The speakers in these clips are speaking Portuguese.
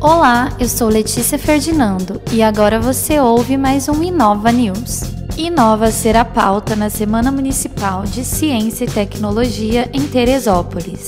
Olá, eu sou Letícia Ferdinando e agora você ouve mais um Inova News. Inova será pauta na Semana Municipal de Ciência e Tecnologia em Teresópolis.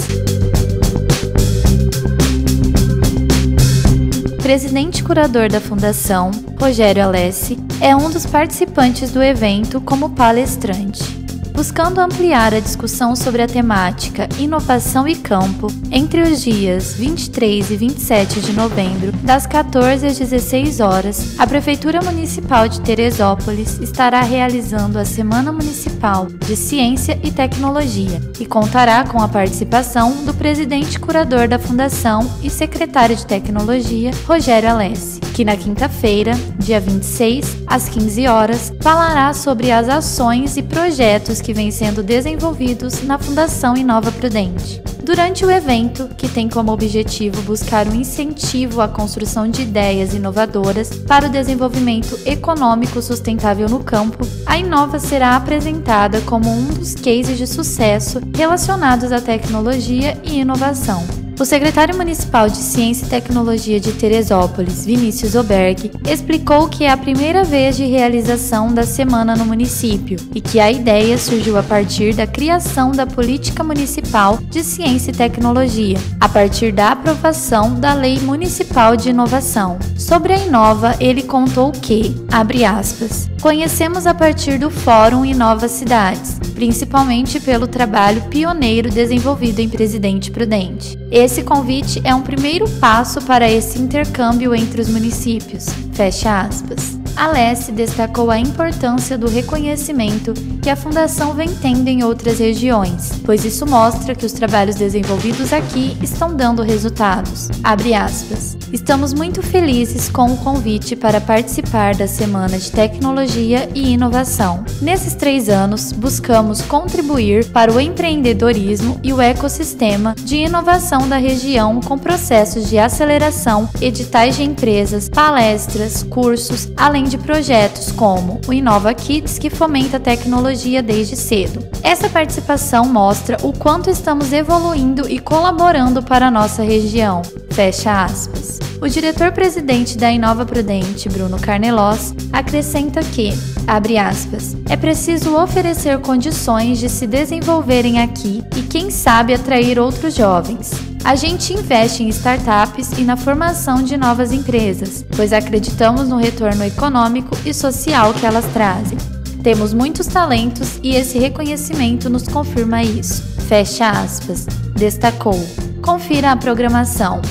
Presidente curador da Fundação, Rogério Alessi, é um dos participantes do evento como palestrante. Buscando ampliar a discussão sobre a temática Inovação e Campo, entre os dias 23 e 27 de novembro, das 14 às 16 horas, a Prefeitura Municipal de Teresópolis estará realizando a Semana Municipal de Ciência e Tecnologia e contará com a participação do presidente curador da Fundação e secretário de Tecnologia, Rogério Alessi, que na quinta-feira, dia 26, às 15 horas, falará sobre as ações e projetos que vêm sendo desenvolvidos na Fundação Inova Prudente. Durante o evento, que tem como objetivo buscar um incentivo à construção de ideias inovadoras para o desenvolvimento econômico sustentável no campo, a Inova será apresentada como um dos cases de sucesso relacionados à tecnologia e inovação. O secretário municipal de Ciência e Tecnologia de Teresópolis, Vinícius Oberg, explicou que é a primeira vez de realização da semana no município e que a ideia surgiu a partir da criação da Política Municipal de Ciência e Tecnologia, a partir da aprovação da Lei Municipal de Inovação. Sobre a Inova, ele contou que, abre aspas, conhecemos a partir do Fórum Inova Cidades, principalmente pelo trabalho pioneiro desenvolvido em Presidente Prudente. Esse convite é um primeiro passo para esse intercâmbio entre os municípios. Fecha aspas. Alessi destacou a importância do reconhecimento que a Fundação vem tendo em outras regiões, pois isso mostra que os trabalhos desenvolvidos aqui estão dando resultados. Abre aspas. Estamos muito felizes com o convite para participar da Semana de Tecnologia e Inovação. Nesses 3 anos, buscamos contribuir para o empreendedorismo e o ecossistema de inovação da região com processos de aceleração, editais de empresas, palestras, cursos, além de projetos como o Inova Kids, que fomenta a tecnologia desde cedo. Essa participação mostra o quanto estamos evoluindo e colaborando para a nossa região. Fecha aspas. O diretor-presidente da Inova Prudente, Bruno Carnelós, acrescenta que, abre aspas, é preciso oferecer condições de se desenvolverem aqui e, quem sabe, atrair outros jovens. A gente investe em startups e na formação de novas empresas, pois acreditamos no retorno econômico e social que elas trazem. Temos muitos talentos e esse reconhecimento nos confirma isso. Fecha aspas. Destacou. Confira a programação.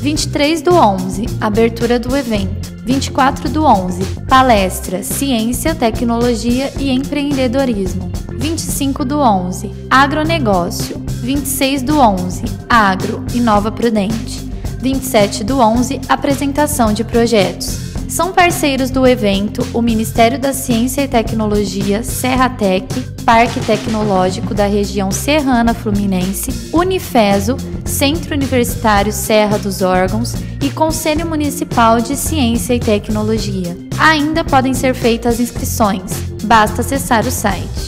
23/11, abertura do evento. 24/11, palestra Ciência, Tecnologia e Empreendedorismo. 25/11, agronegócio. 26/11, agro, Inova Prudente. 27/11, apresentação de projetos. São parceiros do evento o Ministério da Ciência e Tecnologia, Serratec, Parque Tecnológico da Região Serrana Fluminense, Unifeso, Centro Universitário Serra dos Órgãos e Conselho Municipal de Ciência e Tecnologia. Ainda podem ser feitas inscrições, basta acessar o site.